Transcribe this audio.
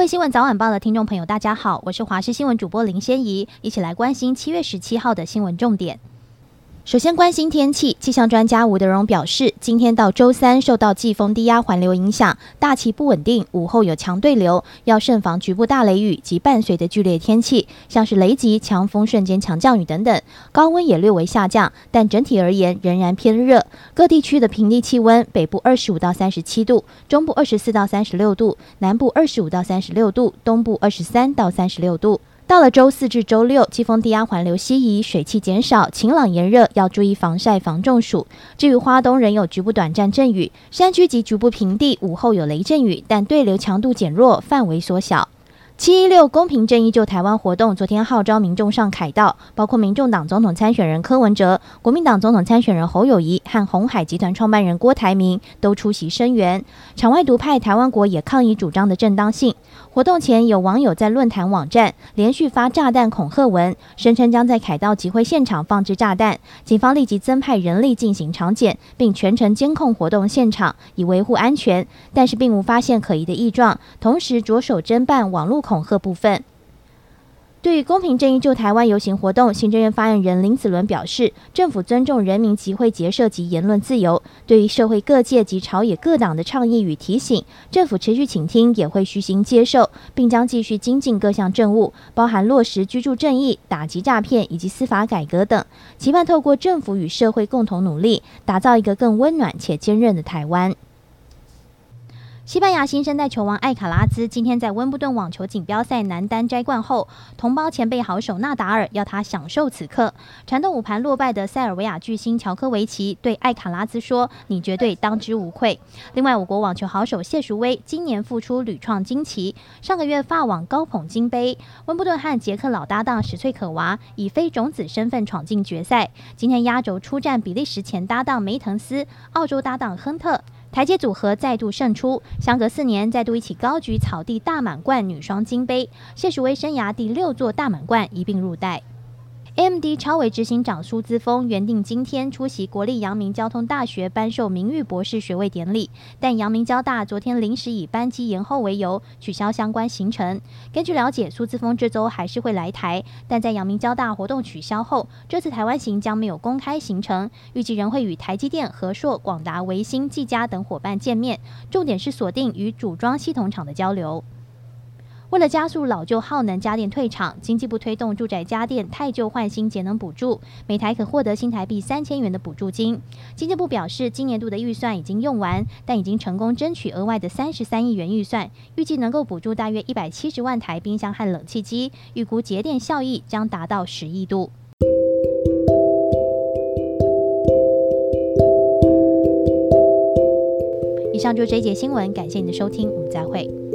新闻早晚报的听众朋友大家好，我是华视新闻主播林仙怡，一起来关心7月17号的新闻重点。首先关心天气，气象专家吴德荣表示，今天到周三受到季风低压环流影响，大气不稳定，午后有强对流，要慎防局部大雷雨及伴随的剧烈天气，像是雷击、强风、瞬间强降雨等等。高温也略微下降，但整体而言仍然偏热。各地区的平地气温，北部25到37度，中部24到36度，南部25到36度，东部23到36度。到了周四至周六，季风低压环流西移，水汽减少，晴朗炎热，要注意防晒防中暑。至于花东仍有局部短暂阵雨，山区及局部平地午后有雷阵雨，但对流强度减弱，范围缩小。716公平正义救台湾活动昨天号召民众上凯道，包括民众党总统参选人柯文哲、国民党总统参选人侯友宜和鸿海集团创办人郭台铭都出席声援。场外独派台湾国也抗议主张的正当性。活动前有网友在论坛网站连续发炸弹恐吓文，声称将在凯道集会现场放置炸弹。警方立即增派人力进行场检，并全程监控活动现场，以维护安全，但是并无发现可疑的异状，同时着手侦办网络恐吓部分。对于公平正义救台湾游行活动，行政院发言人林子伦表示，政府尊重人民集会结社及言论自由，对于社会各界及朝野各党的倡议与提醒，政府持续倾听，也会虚心接受，并将继续精进各项政务，包含落实居住正义、打击诈骗以及司法改革等，期盼透过政府与社会共同努力，打造一个更温暖且坚韧的台湾。西班牙新生代球王艾卡拉兹今天在温布顿网球锦标赛男单摘冠后，同胞前辈好手纳达尔要他享受此刻。缠斗5盘落败的塞尔维亚巨星乔科维奇对艾卡拉兹说：“你绝对当之无愧。”另外，我国网球好手谢淑薇今年复出屡创惊奇，上个月法网高捧金杯，温布顿和捷克老搭档史翠可娃以非种子身份闯进决赛。今天压轴出战比利时前搭档梅滕斯、澳洲搭档亨特。台阶组合再度胜出，相隔4年再度一起高举草地大满贯女双金杯，谢淑薇生涯第6座大满贯一并入袋。AMD 超微执行长苏姿丰原定今天出席国立阳明交通大学颁授名誉博士学位典礼，但阳明交大昨天临时以班机延后为由取消相关行程。根据了解，苏姿丰这周还是会来台，但在阳明交大活动取消后，这次台湾行将没有公开行程，预计仍会与台积电、和硕、广达、微星、技嘉等伙伴见面，重点是锁定与组装系统厂的交流。为了加速老旧耗能家电退场，经济部推动住宅家电汰旧换新节能补助，每台可获得新台币3000元的补助金。经济部表示，今年度的预算已经用完，但已经成功争取额外的33亿元预算，预计能够补助大约170万台冰箱和冷气机，预估节电效益将达到10亿度。以上就是这一节新闻，感谢你的收听，我们再会。